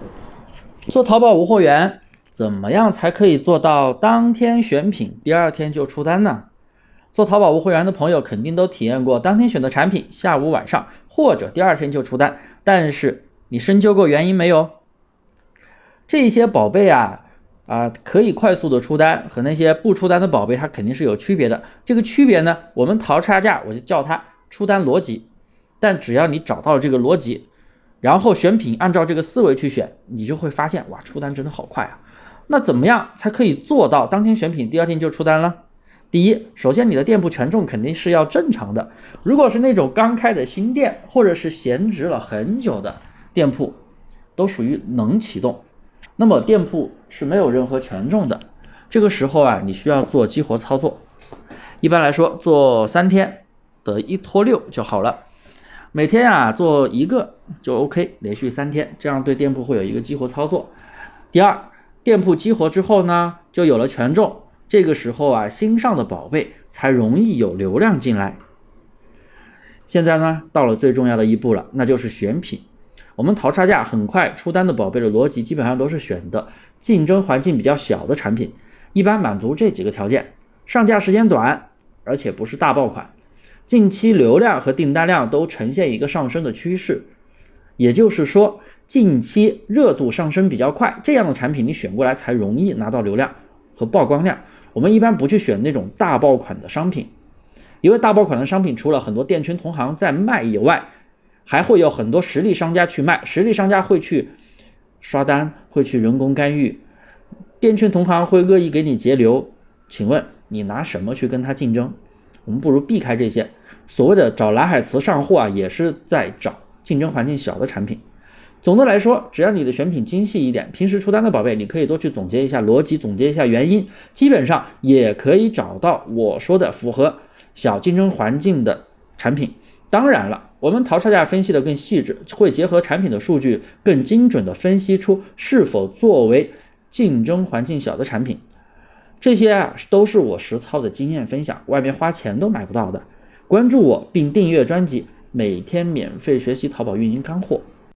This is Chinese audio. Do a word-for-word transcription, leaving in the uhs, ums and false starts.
做淘宝无货源，怎么样才可以做到当天选品，第二天就出单呢？做淘宝无货源的朋友肯定都体验过当天选的产品，下午晚上或者第二天就出单，但是你深究过原因没有？这些宝贝啊啊可以快速的出单和那些不出单的宝贝它肯定是有区别的。这个区别呢，我们淘差价我就叫它出单逻辑，但只要你找到了这个逻辑，然后选品按照这个思维去选，你就会发现哇，出单真的好快啊。那怎么样才可以做到当天选品第二天就出单了？第一，首先你的店铺权重肯定是要正常的。如果是那种刚开的新店，或者是闲置了很久的店铺，都属于能启动，那么店铺是没有任何权重的。这个时候啊，你需要做激活操作。一般来说，做三天的一拖六就好了。每天啊做一个就 OK， 连续三天，这样对店铺会有一个激活操作。第二，店铺激活之后呢，就有了权重。这个时候啊，新上的宝贝才容易有流量进来。现在呢，到了最重要的一步了，那就是选品。我们淘差价很快出单的宝贝的逻辑基本上都是选的竞争环境比较小的产品，一般满足这几个条件：上架时间短，而且不是大爆款，近期流量和订单量都呈现一个上升的趋势。也就是说，近期热度上升比较快，这样的产品你选过来才容易拿到流量和曝光量。我们一般不去选那种大爆款的商品，因为大爆款的商品除了很多店群同行在卖以外，还会有很多实力商家去卖，实力商家会去刷单，会去人工干预，店群同行会恶意给你截流，请问你拿什么去跟他竞争？我们不如避开这些。所谓的找蓝海词上货啊，也是在找竞争环境小的产品。总的来说，只要你的选品精细一点，平时出单的宝贝你可以多去总结一下逻辑，总结一下原因，基本上也可以找到我说的符合小竞争环境的产品。当然了，我们淘差价分析的更细致，会结合产品的数据更精准的分析出是否作为竞争环境小的产品。这些啊都是我实操的经验分享，外面花钱都买不到的。关注我并订阅专辑，每天免费学习淘宝运营干货。